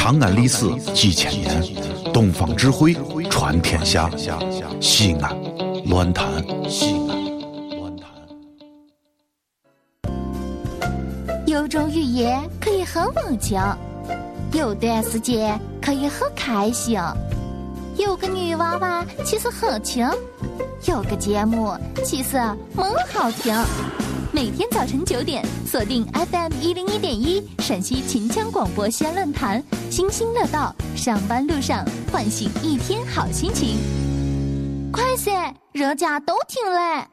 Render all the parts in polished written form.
长安历史几千年，东方智慧传天下。西安乱谈西安乱谈。 有种语言可以很温情，有段时间可以很开心，有个女娃娃其实很轻，有个节目其实蛮好听。每天早晨9点，锁定 FM101.1陕西秦腔广播西安论坛，津津乐道，上班路上唤醒一天好心情。快些，人家都听嘞。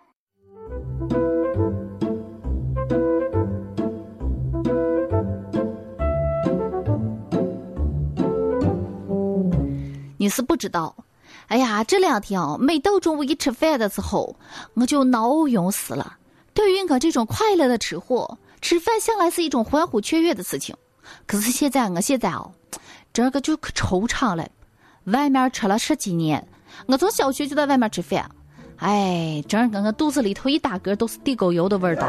你是不知道，哎呀，这2天每到中午一吃饭的时候，我就闹晕死了。对于我这种快乐的吃货，吃饭向来是一种欢呼雀跃的事情。可是现在这个就可惆怅了。外面吃了10几年，我从小学就在外面吃饭，整个我肚子里头一大格都是地沟油的味道。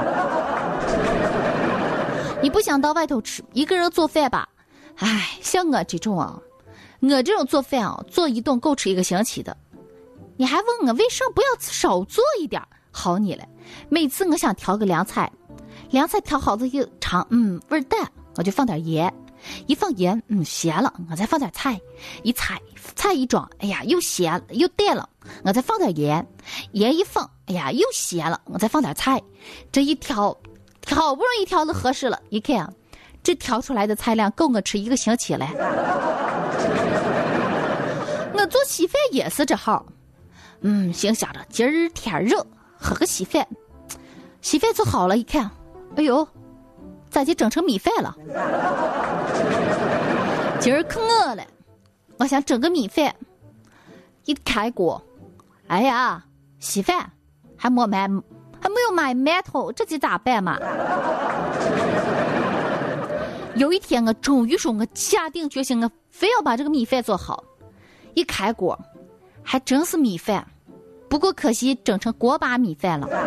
你不想到外头吃，一个人做饭吧？像我这种做饭做一顿够吃1个星期的。你还问我为什么不要少做一点？好你了，每次我想调个凉菜调好了一尝，味儿淡，我就放点盐，一放盐，咸了，我再放点菜，菜一装，又咸了又淡了，我再放点盐一放，又咸了，我再放点菜，这一调，好不容易调的合适了，一看，这调出来的菜量够我吃1个星期了。我做稀饭也是这号，心想着今儿天热，喝个稀饭做好了，一看，哎呦，咋就整成米饭了？今儿可饿了，我想整个米饭，一开锅，稀饭还没有买馒头，这就咋办嘛？有一天我终于说，我下定决心，我非要把这个米饭做好。一开锅，还真是米饭，不过可惜整成锅巴米饭了。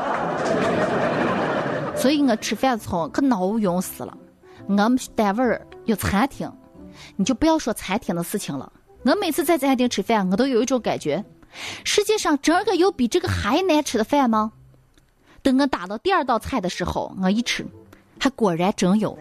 所以我吃饭的时候可闹晕死了。我们单位有餐厅，你就不要说餐厅的事情了。我每次在餐厅吃饭，我都有一种感觉，世界上真个有比这个还难吃的饭吗？等我打到第2道菜的时候，我一吃，还果然真有。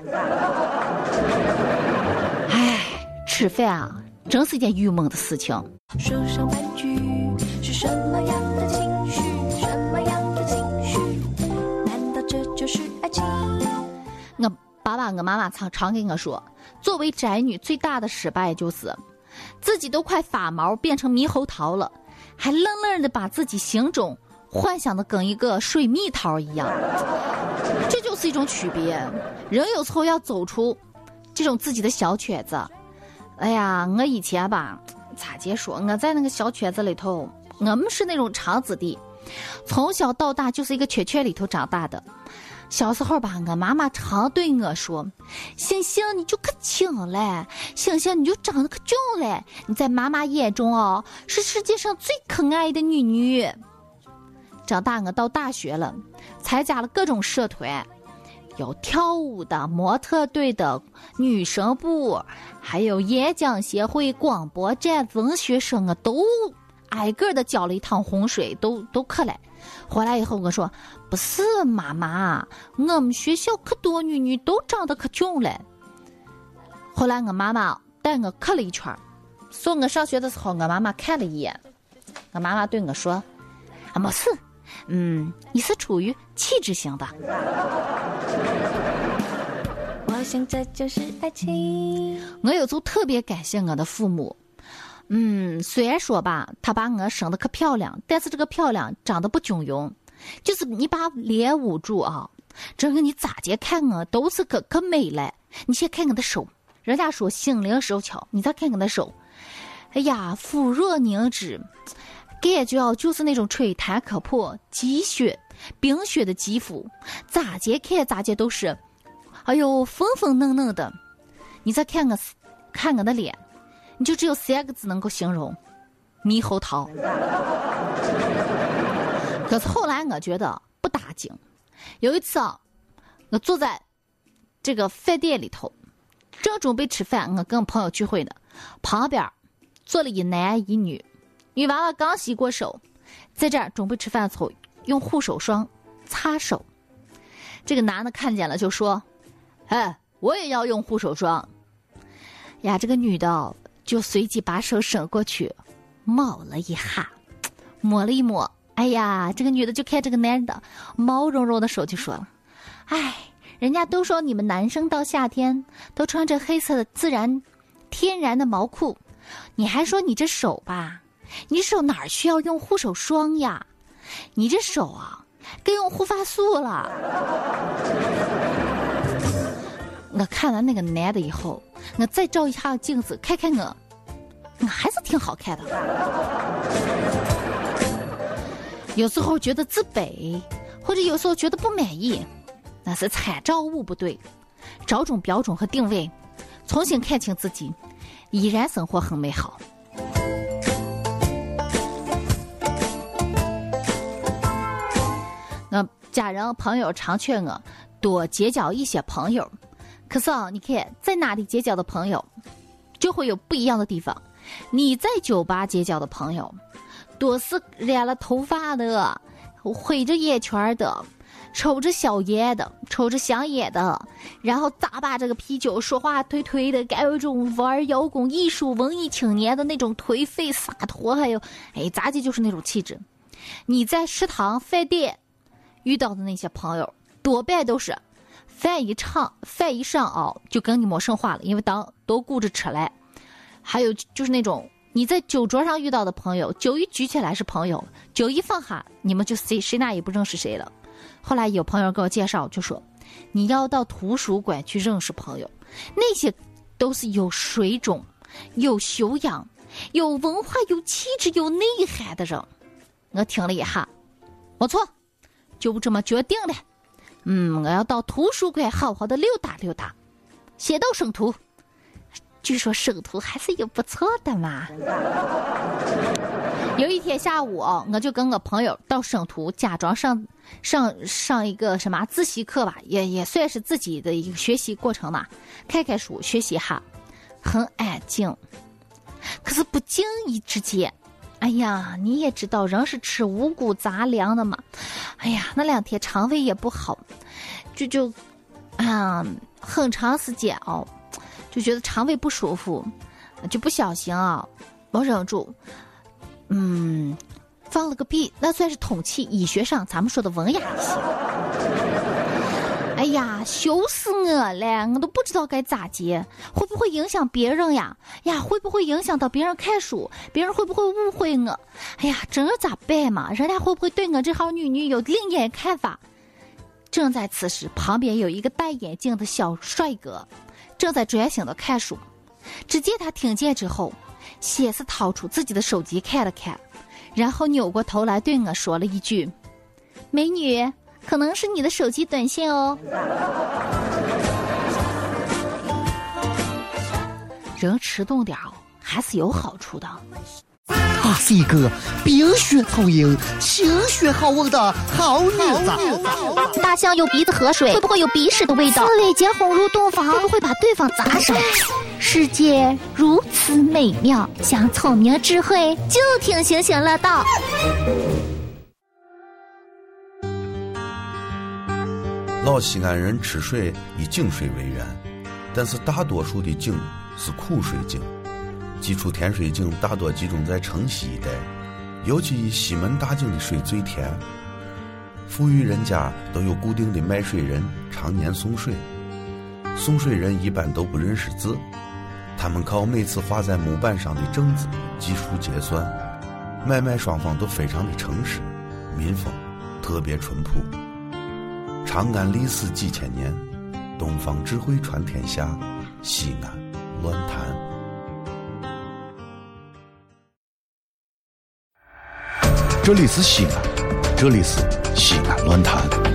吃饭真是一件郁闷的事情。 说上半句是什么样的情绪？什么样的情绪？难道这就是爱情？ 我爸爸我妈妈常跟我说，作为宅女最大的失败就是自己都快发毛变成猕猴桃了，还愣愣的把自己心中幻想的跟一个水蜜桃一样。这就是一种区别，人有时候要走出这种自己的小圈子。我以前吧，咋接说，我在那个小圈子里头，我们是那种长子弟，从小到大就是一个圈圈里头长大的。小时候吧，我妈妈常对我说，星星你就可轻了，星星你就长得可俊了，你在妈妈眼中是世界上最可爱的女。长大我到大学了，参加了各种社团，有跳舞的、模特队的、女生部，还有演讲协会、广播站、文学生都挨个的浇了一趟洪水，都可来。回来以后我说，不是妈妈，我们学校可多女都长得可俊了。后来我妈妈带我看了一圈，送我上学的时候，我妈妈看了一眼，我妈妈对我说，没事，你是处于气质型的。 我想这就是爱情。 我有时候特别感谢我的父母，虽然说吧，他把我生得可漂亮，但是这个漂亮长得不均匀，就是你把脸捂住这个你咋接看我都是可美了。你先看我的手，人家说心灵手巧，你再看我的手，肤若凝脂，感觉就是那种吹弹可破、积雪冰雪的肌肤，咋接看咋接都是粉粉嫩嫩的。你再看我的脸，你就只有3个字能够形容，猕猴桃。可是后来我觉得不打紧。有一次我坐在这个饭店里头， 正准备吃饭，我跟朋友聚会呢，旁边坐了一男一女，女娃娃刚洗过手，在这儿准备吃饭的时候用护手霜擦手。这个男的看见了就说：“哎，我也要用护手霜。”呀，这个女的就随即把手伸过去摸了一下，摸了一摸，哎呀，这个女的就看这个男的毛茸茸的手就说了：“哎，人家都说你们男生到夏天都穿着黑色的天然的毛裤，你还说你这手吧，你手哪儿需要用护手霜呀？你这手啊，该用护发素了。”我看完那个男的以后，我再照一下镜子，看看我还是挺好看的。有时候觉得自卑，或者有时候觉得不满意，那是参照物不对，找准标准和定位，重新看清自己，依然生活很美好。那家人朋友常劝我多结交一些朋友，可是你看在哪里结交的朋友就会有不一样的地方。你在酒吧结交的朋友多是染了头发的，灰着眼圈的，抽着小烟的，抽着香烟的，然后咂巴这个啤酒，说话推推的，该有一种玩摇滚艺术文艺青年的那种颓废洒脱，还有杂技就是那种气质。你在食堂饭店遇到的那些朋友多半都是饭一上就跟你没剩话了，因为都顾着吃来。还有就是那种你在酒桌上遇到的朋友，酒一举起来是朋友，酒一放下你们就谁那也不认识谁了。后来有朋友给我介绍，就说你要到图书馆去认识朋友，那些都是有水准、有修养、有文化、有气质、有内涵的人。我听了一下，没错，就这么决定了。我要到图书馆好好的溜达溜达，写到省图。据说省图还是有不错的嘛。有一天下午我就跟我朋友到省图，假装上一个什么自习课吧，也算是自己的一个学习过程嘛，看看书学习哈，很安静。可是不经意之间，哎呀，你也知道人是吃五谷杂粮的嘛，哎呀，那2天肠胃也不好，就很长时间就觉得肠胃不舒服，就不小心我忍住，放了个屁，那算是通气，医学上咱们说的文雅一些。哎呀，羞死我了，我都不知道该咋接，会不会影响别人呀？会不会影响到别人看书？别人会不会误会我？哎呀，这咋办嘛？人家会不会对我这号女有另眼看法？正在此时，旁边有一个戴眼镜的小帅哥正在专心的看书，只见他听见之后，先是掏出自己的手机看了看，然后扭过头来对我说了一句：“美女，可能是你的手机短信哦。”人迟钝点还是有好处的。 它是一个冰雪聪颖、清雪好闻的好女子。 大象有鼻子喝水，会不会有鼻屎的味道？刺猬结红入洞房，会不会把对方砸伤？世界如此美妙，想聪明智慧就听行行乐道。 老西安人吃水以井水为源，但是大多数的井是苦水井。基础甜水井大多集中在城西一带，尤其以西门大井的水最甜。富裕人家都有固定的卖水人，常年送水。送水人一般都不认识字，他们靠每次画在木板上的正字计数结算。买卖双方都非常的诚实，民风特别淳朴。长安历史几千年，东方智慧传天下，西安乱谈。 这里是西安，这里是西安乱谈。